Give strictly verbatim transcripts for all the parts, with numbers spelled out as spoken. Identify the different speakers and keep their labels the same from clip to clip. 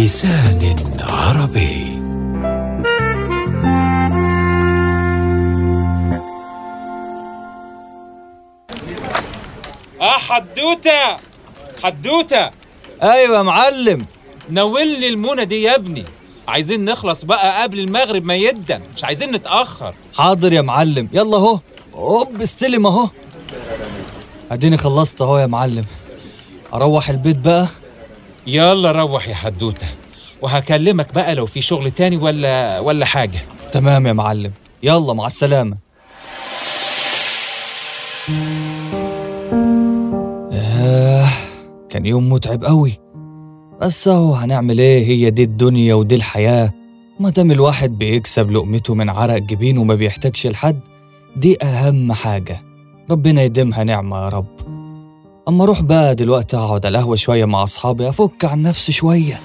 Speaker 1: بلسان عربي.
Speaker 2: اه حدوتة حدوتة.
Speaker 3: ايوه يا معلم.
Speaker 2: ناولني المونة دي يا ابني، عايزين نخلص بقى قبل المغرب ما يدن، مش عايزين نتأخر.
Speaker 3: حاضر يا معلم، يلا اهو. هوب استلم اهو. اديني خلصت اهو يا معلم، اروح البيت بقى.
Speaker 2: يلا روح يا حدوتة، وهكلمك بقى لو في شغل تاني ولا ولا حاجة.
Speaker 3: تمام يا معلم، يلا مع السلامة. آه كان يوم متعب قوي، بس اهو هنعمل ايه، هي دي الدنيا ودي الحياة. ما دام الواحد بيكسب لقمته من عرق جبينه وما بيحتاجش لحد، دي اهم حاجة. ربنا يديمها نعمة يا رب. اما اروح بقى دلوقتي اقعد على القهوة شوية مع اصحابي، افك عن نفسي شوية.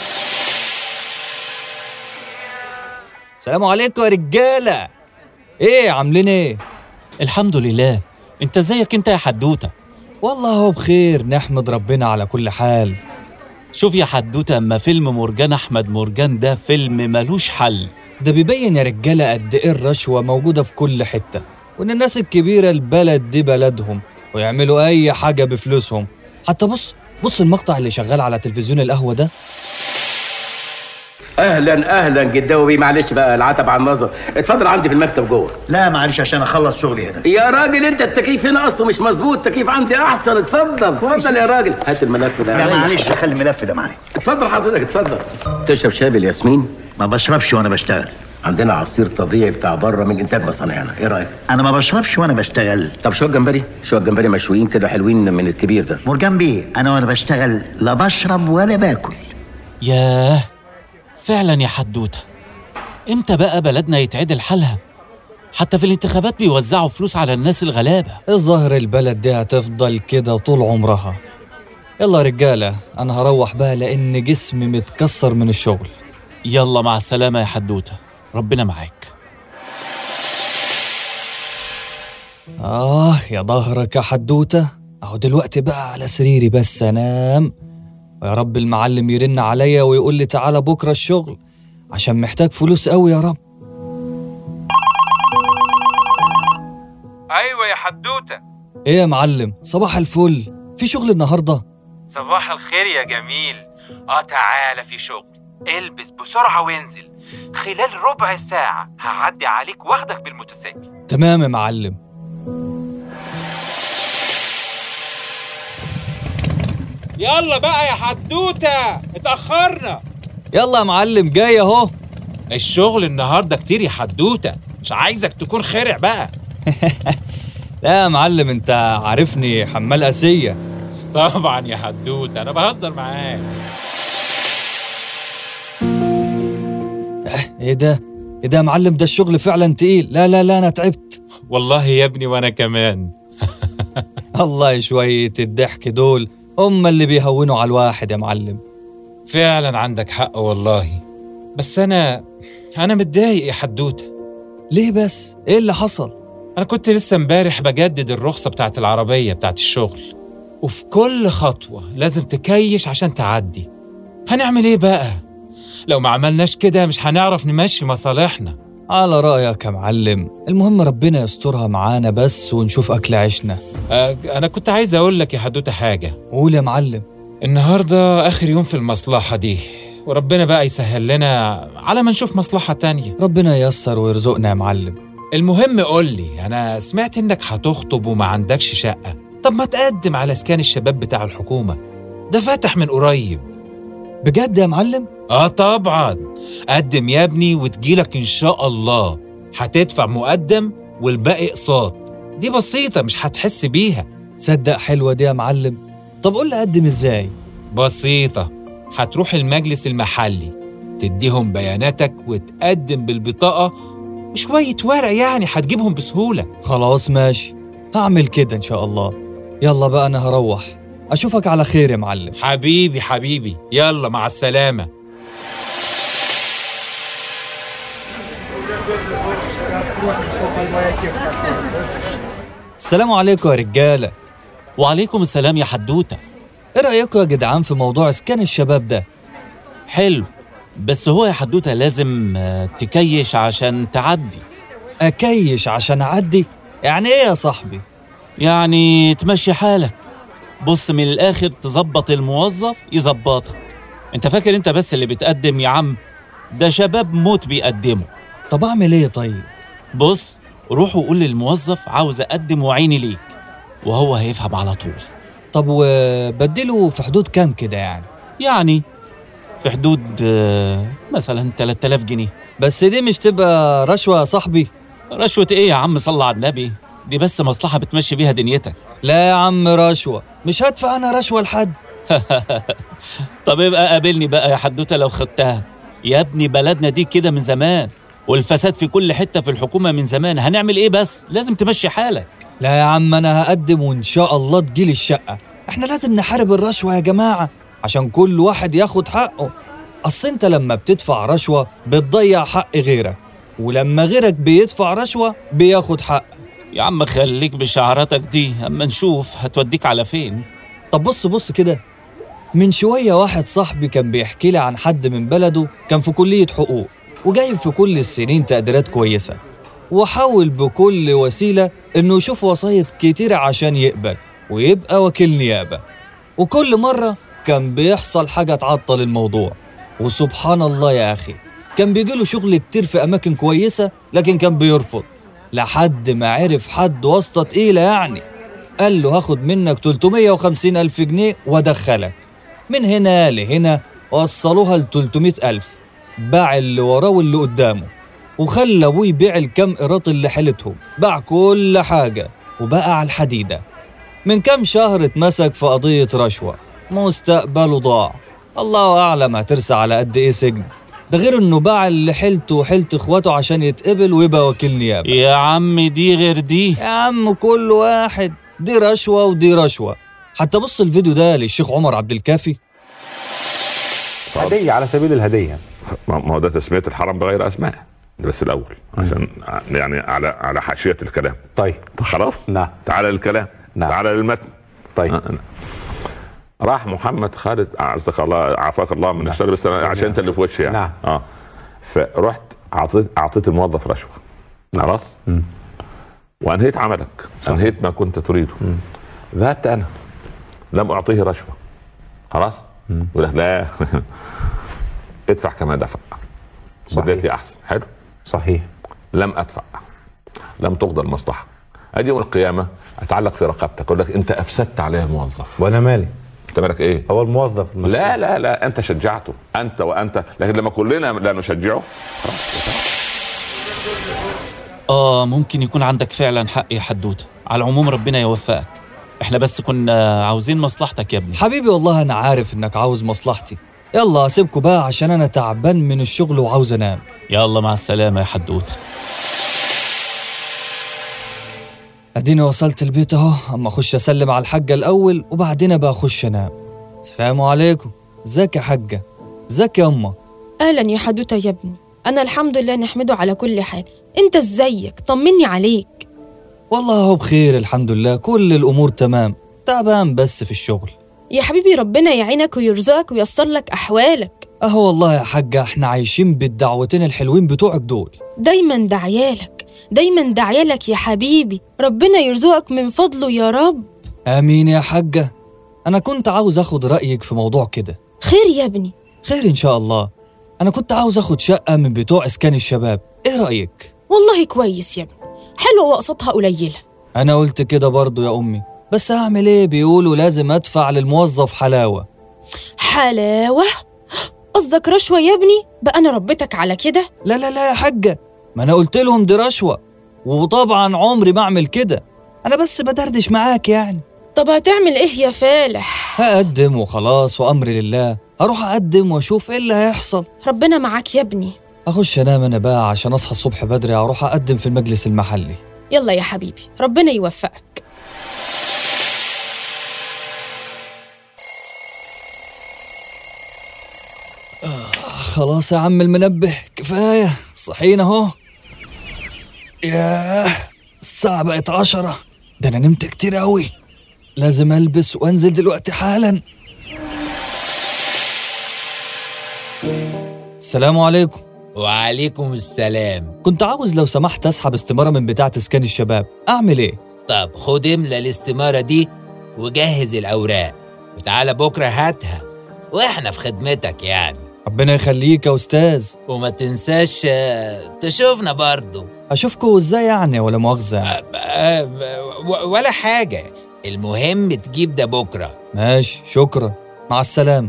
Speaker 3: السلام عليكم يا رجالة، ايه عاملين ايه؟
Speaker 4: الحمد لله، انت ازيك انت يا حدوتة؟
Speaker 3: والله هو بخير، نحمد ربنا على كل حال.
Speaker 4: شوف يا حدوتة، اما فيلم مرجان احمد مرجان ده فيلم ملوش حل.
Speaker 3: ده بيبين يا رجالة قد ايه الرشوة موجودة في كل حتة، وان الناس الكبيرة البلد دي بلدهم ويعملوا اي حاجة بفلوسهم. حتى بص بص المقطع اللي شغال على تلفزيون القهوة ده.
Speaker 5: اهلا اهلا جداوي، معلش بقى العتب على النظر، اتفضل عندي في المكتب جوه.
Speaker 6: لا معلش عشان اخلص شغلي هنا.
Speaker 5: يا راجل انت التكييف هنا اصلا مش مظبوط، التكييف عندي احسن. اتفضل اتفضل يا راجل، هات الملف ده.
Speaker 6: لا معلش خلي الملف ده معايا.
Speaker 5: اتفضل حضرتك اتفضل. تشرب شاي بالياسمين؟
Speaker 6: ما بشربش وانا بشتغل.
Speaker 5: عندنا عصير طبيعي بتاع بره من انتاج مصانعنا، ايه رايك؟
Speaker 6: انا ما بشربش وانا بشتغل.
Speaker 5: طب شويه جمبري، شويه جمبري مشويين كده حلوين من الكبير ده.
Speaker 6: مرجان بيه، انا وانا بشتغل لا بشرب ولا باكل.
Speaker 4: ياه فعلا يا حدوتة، امتى بقى بلدنا يتعدل حالها؟ حتى في الانتخابات بيوزعوا فلوس على الناس الغلابة.
Speaker 3: الظاهر البلد دي هتفضل كده طول عمرها. يلا يا رجالة، انا هروح بقى لان جسمي متكسر من الشغل.
Speaker 4: يلا مع السلامة يا حدوتة، ربنا معاك.
Speaker 3: آه يا ظهرك يا حدوتة، أهو دلوقتي بقى على سريري بس أنام، ويا رب المعلم يرن عليا ويقول لي تعالى بكرة الشغل عشان محتاج فلوس قوي يا رب.
Speaker 2: أيوة يا حدوتة.
Speaker 3: إيه يا معلم، صباح الفل، في شغل النهاردة؟
Speaker 2: صباح الخير يا جميل. آه تعالى في شغل، البس بسرعة وانزل، خلال ربع ساعة هعدي عليك واخدك بالموتوسيكل.
Speaker 3: تمام يا معلم.
Speaker 2: يلا بقى يا حدوتة، اتأخرنا.
Speaker 3: يلا يا معلم جاي اهو.
Speaker 2: الشغل النهاردة كتير يا حدوتة، مش عايزك تكون خارع بقى.
Speaker 3: لا يا معلم، انت عارفني حمال قاسية.
Speaker 2: طبعا يا حدوتة، انا بهزر معاك.
Speaker 3: ايه ده ايه ده يا معلم، ده الشغل فعلا تقيل. لا لا لا انا تعبت
Speaker 2: والله يا ابني وانا كمان.
Speaker 3: الله شوية الضحك دول هم اللي بيهونوا على الواحد يا معلم.
Speaker 2: فعلا عندك حق والله، بس انا انا متضايق يا حدوتة.
Speaker 3: ليه بس؟ ايه اللي حصل؟
Speaker 2: انا كنت لسه امبارح بجدد الرخصة بتاعت العربية بتاعت الشغل، وفي كل خطوة لازم تكيش عشان تعدي. هنعمل ايه بقى؟ لو ما عملناش كده مش هنعرف نمشي مصالحنا.
Speaker 3: على رأيك يا معلم، المهم ربنا يسترها معانا بس ونشوف أكل عيشنا.
Speaker 2: أه أنا كنت عايز أقول لك يا حدوتة حاجة.
Speaker 3: قول يا معلم.
Speaker 2: النهاردة آخر يوم في المصلحة دي، وربنا بقى يسهل لنا على ما نشوف مصلحة تانية.
Speaker 3: ربنا ييسر ويرزقنا يا معلم.
Speaker 2: المهم قول لي، أنا سمعت إنك هتخطب وما عندكش شقة، طب ما تقدم على اسكان الشباب بتاع الحكومة ده، فاتح من قريب.
Speaker 3: بجد يا معلم؟
Speaker 2: آه طبعا، قدم يا ابني وتجيلك إن شاء الله. هتدفع مقدم والباقي اقساط، دي بسيطة مش هتحس بيها.
Speaker 3: تصدق حلوة دي يا معلم. طب قول لي أقدم إزاي؟
Speaker 2: بسيطة، هتروح المجلس المحلي تديهم بياناتك وتقدم بالبطاقة وشوية ورق، يعني هتجيبهم بسهولة.
Speaker 3: خلاص ماشي، هعمل كده إن شاء الله. يلا بقى أنا هروح، أشوفك على خير يا معلم.
Speaker 2: حبيبي حبيبي، يلا مع السلامة.
Speaker 3: السلام عليكم يا رجالة.
Speaker 4: وعليكم السلام يا حدوتة.
Speaker 3: ايه رأيكم يا جدعان في موضوع اسكان الشباب ده؟
Speaker 4: حلو، بس هو يا حدوتة لازم آه، تكيش عشان تعدي.
Speaker 3: أكيش عشان أعدي؟ يعني إيه يا صاحبي؟
Speaker 4: يعني تمشي حالك. بص، من الآخر تظبط الموظف يظبطك. انت فاكر انت بس اللي بتقدم يا عم؟ ده شباب موت بيقدموا.
Speaker 3: طب أعمل إيه طيب؟
Speaker 4: بص، روح وقول للموظف عاوز أقدم وعيني ليك، وهو هيفهم على طول.
Speaker 3: طب وبديله في حدود كام كده يعني؟
Speaker 4: يعني في حدود آه، مثلا ثلاثة آلاف جنيه.
Speaker 3: بس دي مش تبقى رشوة يا صاحبي؟
Speaker 4: رشوة ايه يا عم؟ صلى على النبي، دي بس مصلحة بتمشي بيها دنيتك.
Speaker 3: لا يا عم رشوة، مش هدفع أنا رشوة لحد.
Speaker 4: طب يبقى قابلني بقى يا حدوتة لو خدتها. يا ابني بلدنا دي كده من زمان، والفساد في كل حتة في الحكومة من زمان. هنعمل ايه بس؟ لازم تمشي حالك.
Speaker 3: لا يا عم أنا هقدم وإن شاء الله تجيلي الشقة. إحنا لازم نحارب الرشوة يا جماعة عشان كل واحد ياخد حقه. أصل أنت لما بتدفع رشوة بتضيع حق غيرك، ولما غيرك بيدفع رشوة بياخد حق.
Speaker 4: يا عم خليك بشعاراتك دي، أما نشوف هتوديك على فين.
Speaker 3: طب بص بص كده، من شوية واحد صاحبي كان بيحكي لي عن حد من بلده كان في كلية حقوق وجايب في كل السنين تقديرات كويسة، وحاول بكل وسيلة إنه يشوف وسايط كتيرة عشان يقبل ويبقى وكيل نيابة، وكل مرة كان بيحصل حاجة تعطل الموضوع. وسبحان الله يا أخي، كان بيجيله شغل كتير في أماكن كويسة لكن كان بيرفض، لحد ما عرف حد واسطة تقيلة يعني قال له هاخد منك ثلاثمية وخمسين ألف جنيه وادخلك. من هنا لهنا وصلوها ل ثلاثمية ألف. باع اللي وراه واللي قدامه، وخلى ابوه يبيع الكام قراط اللي حيلتهم، باع كل حاجة وبقى على الحديدة. من كام شهر اتمسك في قضية رشوة، مستقبله ضاع. الله أعلم هترسى على قد إيه سجن، ده غير إنه باع اللي حيلته وحيلت إخواته عشان يتقبل ويبقى وكيل نيابة.
Speaker 4: يا عم دي غير دي
Speaker 3: يا عم كل واحد، دي رشوة ودي رشوة. حتى بص الفيديو ده للشيخ عمر عبد الكافي.
Speaker 7: هدية على سبيل الهدية.
Speaker 8: ما هو ده تسمية الحرام بغير أسماء، ده بس الأول عشان يعني على على حاشية الكلام.
Speaker 7: طيب
Speaker 8: خلاص.
Speaker 7: نعم.
Speaker 8: تعال للكلام.
Speaker 7: نعم.
Speaker 8: تعال للمتن.
Speaker 7: طيب.
Speaker 8: آه. راح محمد خالد أعزك الله عافاك الله من الشر، بس عشان أنت اللي في وشي يعني.
Speaker 7: نعم.
Speaker 8: اه فرحت أعطيت أعطيت الموظف رشوة. خلاص. وأنهيت عملك، صح. أنهيت ما كنت تريده. ذهبت أنا لم أعطيه رشوة. خلاص. يقول لك لا ادفع كما دفع. بديتي أحسن. حلو.
Speaker 7: صحيح.
Speaker 8: لم أدفع، لم تقضى المصلحة. أجي يوم القيامة أتعلق في رقبتك، أقول لك أنت أفسدت عليه الموظف.
Speaker 7: وأنا مالي؟
Speaker 8: أنت مالك إيه؟
Speaker 7: هو الموظف المسؤول.
Speaker 8: لا لا لا أنت شجعته، أنت وأنت، لكن لما كلنا لا نشجعه.
Speaker 4: آه ممكن يكون عندك فعلا حق يا حدوتة. على العموم ربنا يوفقك، احنا بس كنا عاوزين مصلحتك يا ابني.
Speaker 3: حبيبي والله أنا عارف إنك عاوز مصلحتي. يلا أسيبكوا بقى عشان أنا تعبان من الشغل وعاوز أنام.
Speaker 4: يلا مع السلامة يا حدوتة.
Speaker 3: أديني وصلت البيت أهو، أما أخش أسلم على الحاجة الأول وبعدين بقى أخش أنام. السلام عليكم. ازيك يا حاجة؟ ازيك يا أمه؟
Speaker 9: أهلا يا حدوتة يا ابني، أنا الحمد لله نحمده على كل حال. أنت ازيك؟ طمني عليك.
Speaker 3: والله هو بخير الحمد لله، كل الأمور تمام، تعبان بس في الشغل.
Speaker 9: يا حبيبي ربنا يعينك ويرزقك وييسر لك أحوالك.
Speaker 3: أهو والله يا حاجة احنا عايشين بالدعوتين الحلوين بتوعك دول.
Speaker 9: دايما دعيالك، دايما دعيالك يا حبيبي، ربنا يرزقك من فضله يا رب.
Speaker 3: آمين يا حاجة. أنا كنت عاوز أخد رأيك في موضوع كده.
Speaker 9: خير يا ابني؟
Speaker 3: خير إن شاء الله. أنا كنت عاوز أخد شقة من بتوع إسكان الشباب، إيه رأيك؟
Speaker 9: والله كويس يا ابني، حلوة وأقساطها قليلة.
Speaker 3: أنا قلت كده برضو يا أمي، بس هعمل إيه؟ بيقولوا لازم أدفع للموظف حلاوة.
Speaker 9: حلاوة؟ قصدك رشوة يا ابني؟ بقى أنا ربيتك على كده؟
Speaker 3: لا لا لا يا حاجة، ما أنا قلت لهم دي رشوة، وطبعا عمري ما أعمل كده، أنا بس بدردش معاك يعني.
Speaker 9: طب هتعمل إيه يا فالح؟
Speaker 3: هقدم وخلاص وأمري لله، هروح أقدم وأشوف إيه اللي هيحصل.
Speaker 9: ربنا معاك يا ابني.
Speaker 3: أخش أنام أنا بقى عشان أصحى الصبح بدري أروح أقدم في المجلس المحلي.
Speaker 9: يلا يا حبيبي ربنا يوفقك.
Speaker 3: آه خلاص يا عم المنبه، كفاية صحينا اهو. ياه الساعة بقت عشرة، ده أنا نمت كتير أوي، لازم ألبس وأنزل دلوقتي حالا. السلام عليكم.
Speaker 1: وعليكم السلام.
Speaker 3: كنت عاوز لو سمحت أسحب استمارة من بتاعة إسكان الشباب، أعمل إيه؟
Speaker 1: طب خد املى الاستمارة دي وجهز الأوراق وتعالى بكرة هاتها وإحنا في خدمتك يعني.
Speaker 3: ربنا يخليك يا أستاذ.
Speaker 1: وما تنساش آه، تشوفنا برضو.
Speaker 3: أشوفكوا إزاي يعني ولا مؤاخذة؟
Speaker 1: آه، آه، و- ولا حاجة، المهم تجيب ده بكرة.
Speaker 3: ماشي، شكرا، مع السلامة.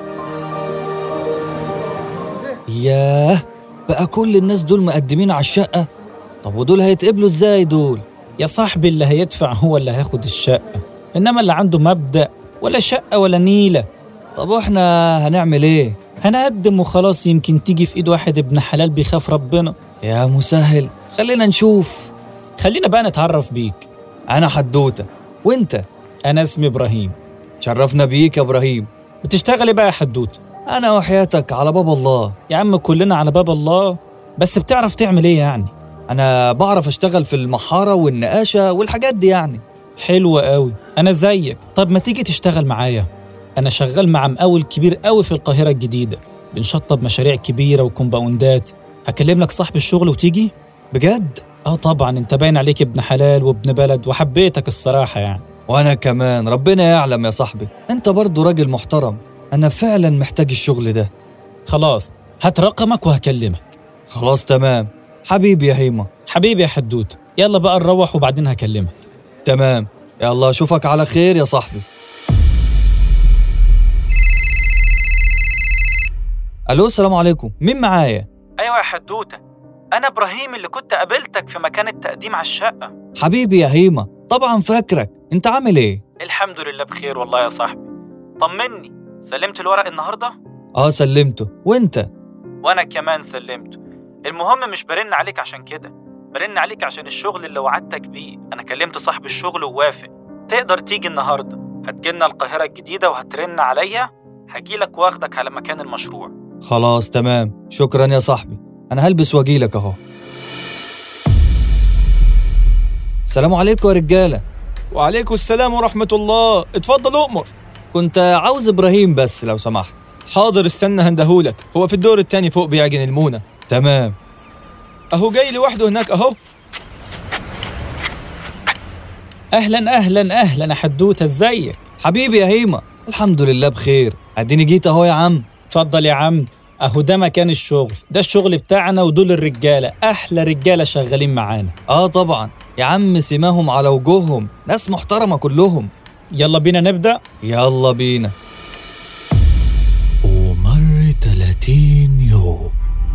Speaker 3: ياه، بقى كل الناس دول مقدمين على الشقة؟ طب ودول هيتقبلوا إزاي دول؟
Speaker 4: يا صاحبي اللي هيدفع هو اللي هياخد الشقة، إنما اللي عنده مبدأ ولا شقة ولا نيلة.
Speaker 3: طب وإحنا هنعمل إيه؟
Speaker 4: هنقدم وخلاص، يمكن تيجي في إيد واحد ابن حلال بيخاف ربنا.
Speaker 3: يا مسهل، خلينا نشوف.
Speaker 4: خلينا بقى نتعرف بيك.
Speaker 3: أنا حدوتة، وإنت؟
Speaker 4: أنا اسمي إبراهيم.
Speaker 3: شرفنا بيك يا إبراهيم.
Speaker 4: بتشتغل إيه بقى يا حدوتة؟
Speaker 3: أنا وحياتك على باب الله.
Speaker 4: يا عم كلنا على باب الله، بس بتعرف تعمل إيه يعني؟
Speaker 3: أنا بعرف أشتغل في المحارة والنقاشة والحاجات دي يعني.
Speaker 4: حلو قوي، أنا زيك. طب ما تيجي تشتغل معايا؟ أنا شغال مع مقاول كبير قوي في القاهرة الجديدة، بنشطب مشاريع كبيرة وكومباوندات. هكلم لك صاحب الشغل وتيجي؟
Speaker 3: بجد؟
Speaker 4: آه طبعا، أنت باين عليك ابن حلال وابن بلد وحبيتك الصراحة يعني.
Speaker 3: وأنا كمان، ربنا يعلم يا صاحبي، أنت برضو راجل محترم. أنا فعلا محتاج الشغل ده.
Speaker 4: خلاص، هات رقمك وهكلمك.
Speaker 3: خلاص تمام، حبيبي يا هيما.
Speaker 4: حبيبي يا حدوتة، يلا بقى نروح وبعدين هكلمك.
Speaker 3: تمام، يلا أشوفك على خير يا صاحبي. ألو، السلام عليكم، مين معايا؟
Speaker 4: أيوة يا حدوتة، أنا إبراهيم اللي كنت قابلتك في مكان التقديم على الشقة.
Speaker 3: حبيبي يا هيما، طبعا فاكرك. أنت عامل إيه؟
Speaker 4: الحمد لله بخير والله يا صاحبي. طمني، سلمت الورق النهاردة؟
Speaker 3: آه سلمته، وإنت؟
Speaker 4: وأنا كمان سلمته. المهم مش برن عليك عشان كده، برن عليك عشان الشغل اللي وعدتك بيه. أنا كلمت صاحب الشغل ووافق. تقدر تيجي النهاردة، هتجيلنا القاهرة الجديدة وهترن عليا، هجيلك واخدك على مكان المشروع.
Speaker 3: خلاص تمام، شكرا يا صاحبي، أنا هلبس واجيلك أهو. السلام عليكم يا رجالة.
Speaker 10: وعليكم السلام ورحمة الله، اتفضل أؤمر.
Speaker 3: كنت عاوز إبراهيم بس لو سمحت.
Speaker 10: حاضر، استنى هندهولك، هو في الدور التاني فوق بيعجن المونة.
Speaker 3: تمام.
Speaker 10: أهو جاي لوحده هناك أهو.
Speaker 4: أهلا أهلا أهلا يا حدوتة، إزيك؟
Speaker 3: حبيبي يا هيما، الحمد لله بخير، أديني جيت أهو يا عم.
Speaker 4: اتفضل يا عم، أهو ده مكان الشغل، ده الشغل بتاعنا ودول الرجالة، أحلى رجالة شغالين معانا.
Speaker 3: آه طبعا يا عم، سماهم على وجوههم، ناس محترمة كلهم.
Speaker 4: يلا بينا نبدأ.
Speaker 3: يلا بينا.
Speaker 1: ومر ثلاثين يوم.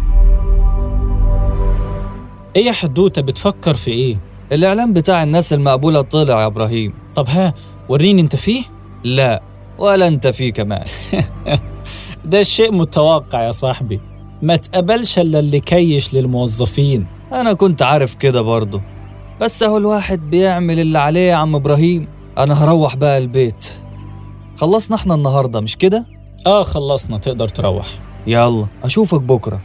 Speaker 4: إيه يا حدوتة، بتفكر في إيه؟
Speaker 3: الإعلان بتاع الناس المقبولة طلع يا إبراهيم.
Speaker 4: طب ها، وريني أنت فيه؟
Speaker 3: لا، ولا أنت فيه كمان.
Speaker 4: ده شيء متوقع يا صاحبي، ما تقبلش إلا اللي كيش للموظفين.
Speaker 3: أنا كنت عارف كده برضه، بس أهو الواحد بيعمل اللي عليه يا عم إبراهيم. أنا هروح بقى البيت. خلصنا إحنا النهاردة مش كده؟
Speaker 4: آه خلصنا، تقدر تروح.
Speaker 3: يلا أشوفك بكرة.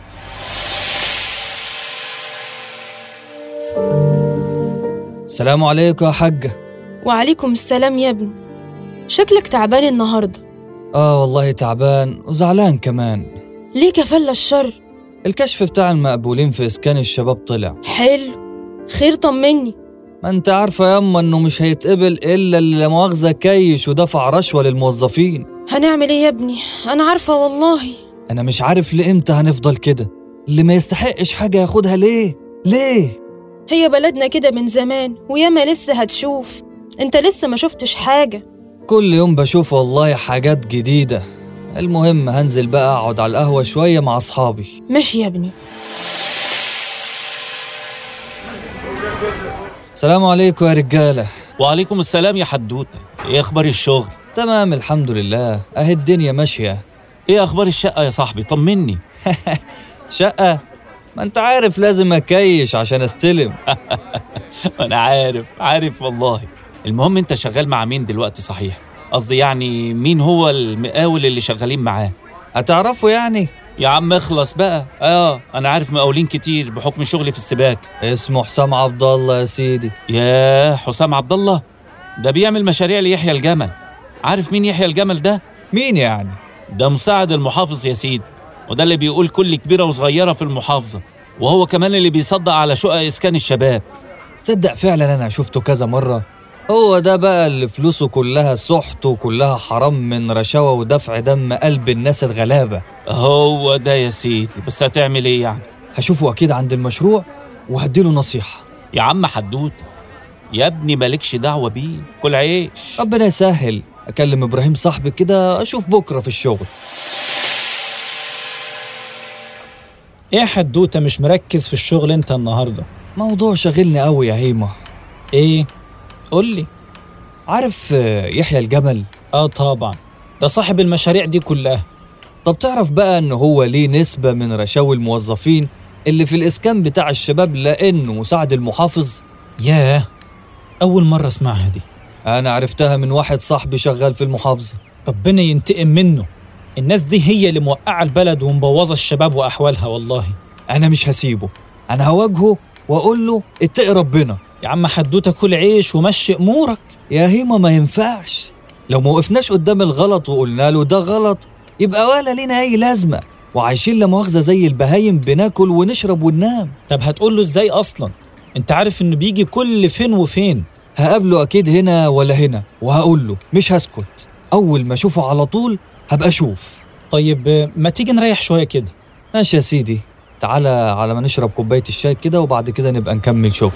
Speaker 3: السلام عليكم يا حاجة.
Speaker 9: وعليكم السلام يا ابني، شكلك تعبان النهاردة.
Speaker 3: آه والله تعبان وزعلان كمان.
Speaker 9: ليه كفل الشر؟
Speaker 3: الكشف بتاع المقبولين في إسكان الشباب طلع.
Speaker 9: حلو، خير طمني.
Speaker 3: ما انت عارفة ياما انه مش هيتقبل إلا اللي لا مؤاخذة كيش ودفع رشوة للموظفين.
Speaker 9: هنعمل ايه يا ابني؟ أنا عارفة والله.
Speaker 3: أنا مش عارف لإمتى هنفضل كده، اللي ما يستحقش حاجة ياخدها ليه؟ ليه؟
Speaker 9: هي بلدنا كده من زمان، وياما لسه هتشوف. انت لسه ما شفتش حاجة.
Speaker 3: كل يوم بشوف والله حاجات جديدة. المهم هنزل بقى أقعد على القهوة شوية مع أصحابي.
Speaker 9: ماشي يا ابني.
Speaker 3: السلام عليكم يا رجالة.
Speaker 4: وعليكم السلام يا حدوتة، ايه اخبار الشغل؟
Speaker 3: تمام الحمد لله، اهي الدنيا ماشية.
Speaker 4: ايه اخبار الشقة يا صاحبي؟ طمني.
Speaker 3: شقة؟ ما انت عارف لازم اكيش عشان استلم.
Speaker 4: انا عارف عارف والله. المهم انت شغال مع مين دلوقتي صحيح؟ قصدي يعني مين هو المقاول اللي شغالين معاه؟
Speaker 3: هتعرفوا يعني؟
Speaker 4: يا عم اخلص بقى. اه انا عارف مقاولين كتير بحكم شغلي في السباك.
Speaker 3: اسمه حسام عبد الله يا سيدي.
Speaker 4: ياه، حسام عبد الله ده بيعمل مشاريع ليحيى الجمل. عارف مين يحيى الجمل ده؟
Speaker 3: مين يعني؟
Speaker 4: ده مساعد المحافظ يا سيدي، وده اللي بيقول كل كبيرة وصغيرة في المحافظة، وهو كمان اللي بيصدق على شقق إسكان الشباب.
Speaker 3: تصدق فعلا أنا شفته كذا مرة. هو ده بقى اللي فلوسه كلها سحت وكلها حرام من رشاوى ودفع دم قلب الناس الغلابة.
Speaker 4: هو ده يا سيدي، بس هتعمل ايه يعني؟
Speaker 3: هشوفه أكيد عند المشروع وهديله نصيحة.
Speaker 4: يا عم حدوتة يا ابني، مالكش دعوة بيه، كل عيش.
Speaker 3: ربنا يسهل. أكلم إبراهيم صاحبي كده أشوف بكرة في الشغل.
Speaker 11: ايه يا حدوتة مش مركز في الشغل انت النهاردة؟
Speaker 3: موضوع شغلني قوي يا هيمة.
Speaker 11: ايه؟ قولي.
Speaker 3: عارف يحيى الجمل؟
Speaker 11: اه طبعا، ده صاحب المشاريع دي كلها.
Speaker 3: طب تعرف بقى ان هو ليه نسبة من رشاوي الموظفين اللي في الإسكان بتاع الشباب لأنه مساعد المحافظ؟
Speaker 11: ياه، أول مرة اسمعها دي.
Speaker 3: أنا عرفتها من واحد صاحبي شغال في المحافظة.
Speaker 11: ربنا ينتقم منه. الناس دي هي اللي موقعة البلد ومبوظة الشباب وأحوالها والله.
Speaker 3: أنا مش هسيبه، أنا هواجهه وأقول له اتقي ربنا.
Speaker 11: يا عم حدوتة كل عيش ومشي أمورك.
Speaker 3: يا هيما ما ينفعش، لو ما وقفناش قدام الغلط وقلنا له ده غلط يبقى ولا لينا أي لازمة، وعايشين لمؤاخذة زي البهايم بناكل ونشرب وننام.
Speaker 11: طب هتقول له إزاي أصلا؟ أنت عارف إنه بيجي كل فين وفين.
Speaker 3: هقابله أكيد هنا ولا هنا وهقول له مش هسكت، أول ما أشوفه على طول هبقى أشوف.
Speaker 11: طيب ما تيجي نريح شوية كده؟
Speaker 3: ماشي يا سيدي، تعالى على ما نشرب كوباية الشاي كده وبعد كده نبقى نكمل شغل.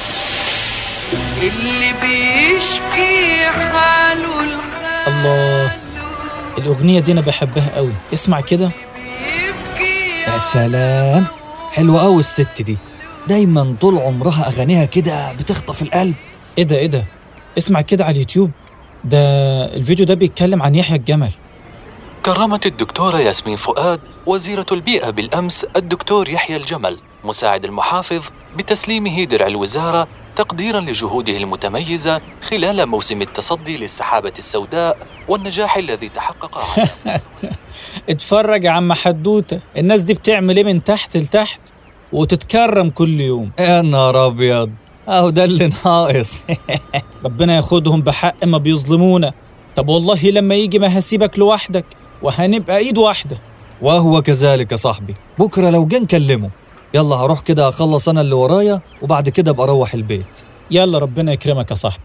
Speaker 12: اللي بيشكي حاله الحال.
Speaker 11: الله، الأغنية دي أنا بحبها قوي، اسمع كده.
Speaker 3: يا سلام، حلوة قوي الست دي، دايما طول عمرها أغانيها كده بتخطف القلب.
Speaker 11: إيه ده إيه ده؟ اسمع كده على اليوتيوب، ده الفيديو ده بيتكلم عن يحيى الجمل.
Speaker 13: كرمت الدكتورة ياسمين فؤاد وزيرة البيئة بالأمس الدكتور يحيى الجمل مساعد المحافظ بتسليمه درع الوزارة تقديراً لجهوده المتميزة خلال موسم التصدي للسحابة السوداء والنجاح الذي تحقق.
Speaker 11: اتفرج يا عم حدوتة، الناس دي بتعمل ايه من تحت لتحت وتتكرم كل يوم.
Speaker 3: يا نهار أبيض، أهو ده اللي ناقص.
Speaker 11: ربنا ياخدهم بحق ما بيظلمونا. طب والله لما يجي ما هسيبك لوحدك وهنبقى ايد واحدة.
Speaker 3: وهو كذلك يا صاحبي، بكرة لو جه نكلمه. يلا هروح كده أخلص أنا اللي ورايا وبعد كده أبقى أروح البيت.
Speaker 11: يلا ربنا يكرمك يا صاحبي.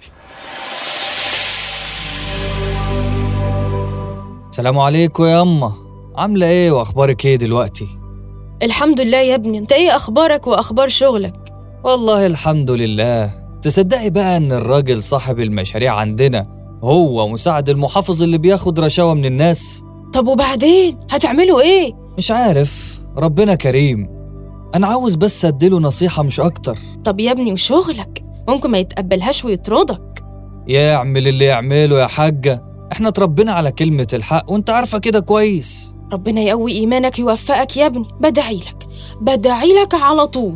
Speaker 3: السلام عليكم يا أمه، عاملة إيه وأخبارك إيه دلوقتي؟
Speaker 9: الحمد لله يا ابني، أنت إيه أخبارك وأخبار شغلك؟
Speaker 3: والله الحمد لله. تصدقي بقى إن الراجل صاحب المشاريع عندنا هو مساعد المحافظ اللي بياخد رشاوى من الناس؟
Speaker 9: طب وبعدين هتعملوا إيه؟
Speaker 3: مش عارف، ربنا كريم. أنا عاوز بس أديله نصيحة مش أكتر.
Speaker 9: طب يا ابني وشغلك ممكن ما يتقبلهاش ويطردك.
Speaker 3: يعمل اللي يعمله يا حاجة، إحنا تربينا على كلمة الحق وإنت عارفة كده كويس.
Speaker 9: ربنا يقوي إيمانك يوفقك يا ابني، بدعي لك بدعي لك على طول.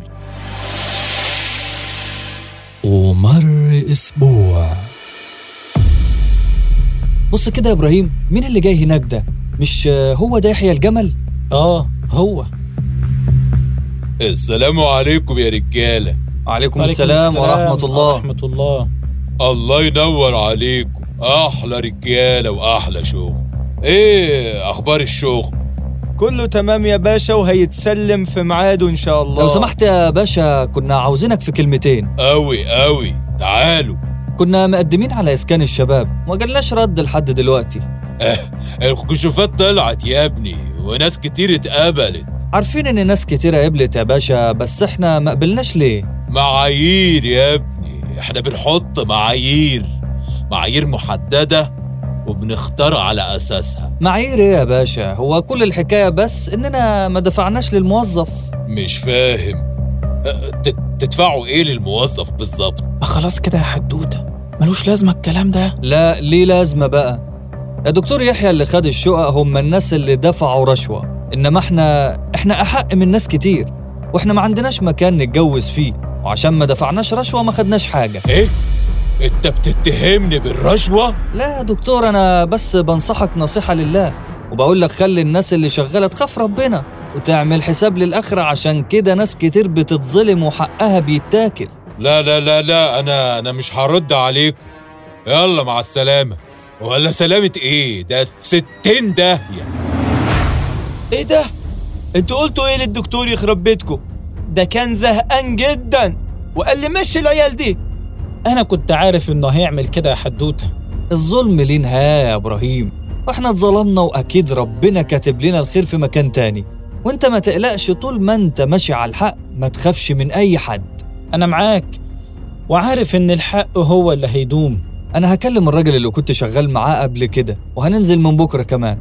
Speaker 3: ومر أسبوع. بص كده يا إبراهيم، مين اللي جاي هناك ده؟ مش هو ده يحيى الجمل؟
Speaker 11: آه هو.
Speaker 2: السلام عليكم يا رجالة.
Speaker 3: عليكم السلام ورحمة الله.
Speaker 11: ورحمة الله.
Speaker 2: الله ينور عليكم، أحلى رجالة وأحلى شغل. إيه أخبار الشغل؟
Speaker 10: كله تمام يا باشا وهيتسلم في ميعاده إن شاء الله.
Speaker 3: لو سمحت يا باشا، كنا عاوزينك في كلمتين.
Speaker 2: أوي أوي، تعالوا.
Speaker 3: كنا مقدمين على إسكان الشباب وما جالناش رد لحد دلوقتي.
Speaker 2: أه الكشوفات طلعت يا ابني وناس كتير اتقبلت.
Speaker 3: عارفين إن ناس كتير قبلت يا باشا، بس إحنا ما قبلناش ليه؟
Speaker 2: معايير يا ابني، إحنا بنحط معايير معايير محددة وبنختار على أساسها.
Speaker 3: معايير إيه يا باشا؟ هو كل الحكاية بس إننا ما دفعناش للموظف.
Speaker 2: مش فاهم، أه تدفعوا إيه للموظف بالظبط؟
Speaker 11: خلاص كده يا حدوتة، ملوش لازمة الكلام ده.
Speaker 3: لا ليه لازمة بقى يا دكتور يحيى. اللي خد الشقق هم الناس اللي دفعوا رشوة، إنما إحنا إحنا أحق من ناس كتير، وإحنا ما عندناش مكان نتجوز فيه، وعشان ما دفعناش رشوة ما خدناش حاجة.
Speaker 2: إيه؟ أنت بتتهمني بالرشوة؟
Speaker 3: لا يا دكتور، أنا بس بنصحك نصيحة لله، وبقول لك خلي الناس اللي شغالة تخاف ربنا وتعمل حساب للآخرة، عشان كده ناس كتير بتتظلم وحقها بيتاكل.
Speaker 2: لا لا لا لا، أنا أنا مش هرد عليكم. يلا مع السلامة. ولا سلامة إيه؟ ده ستين داهية. إيه ده؟
Speaker 10: انتوا قلتوا ايه للدكتور يخرب بيتكم؟ ده كان زهقان جدا وقال لي مشي العيال دي.
Speaker 11: انا كنت عارف انه هيعمل كده يا حدوته.
Speaker 3: الظلم ليه نهاية يا إبراهيم، واحنا اتظلمنا وأكيد ربنا كاتب لنا الخير في مكان تاني. وانت ما تقلقش، طول ما انت ماشي على الحق ما تخافش من أي حد.
Speaker 11: أنا معاك وعارف إن الحق هو اللي هيدوم.
Speaker 3: أنا هكلم الراجل اللي كنت شغال معاه قبل كده وهننزل من بكرة كمان.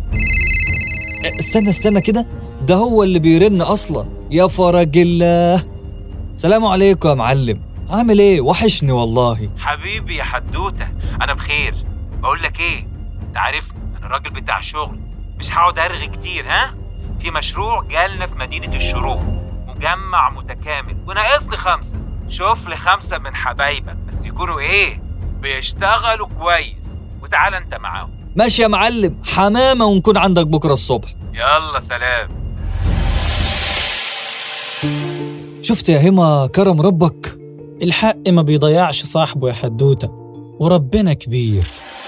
Speaker 3: استنى استنى كده، ده هو اللي بيرن أصلا. يا فرج الله. سلام عليكم يا معلم، عامل ايه؟ وحشني والله.
Speaker 2: حبيبي يا حدوته، انا بخير. بقول لك ايه، انت عارف انا راجل بتاع شغل، مش هقعد ارغي كتير. ها، في مشروع جالنا في مدينه الشروق، مجمع متكامل وناقص لي خمسه. شوف لي خمسه من حبايبك بس يكونوا ايه، بيشتغلوا كويس، وتعال انت معاهم.
Speaker 3: ماشي يا معلم، حمامه ونكون عندك بكره الصبح.
Speaker 2: يلا سلام.
Speaker 3: شفت يا هما كرم ربك؟
Speaker 11: الحق ما بيضيعش صاحبه يا حدوته، وربنا كبير.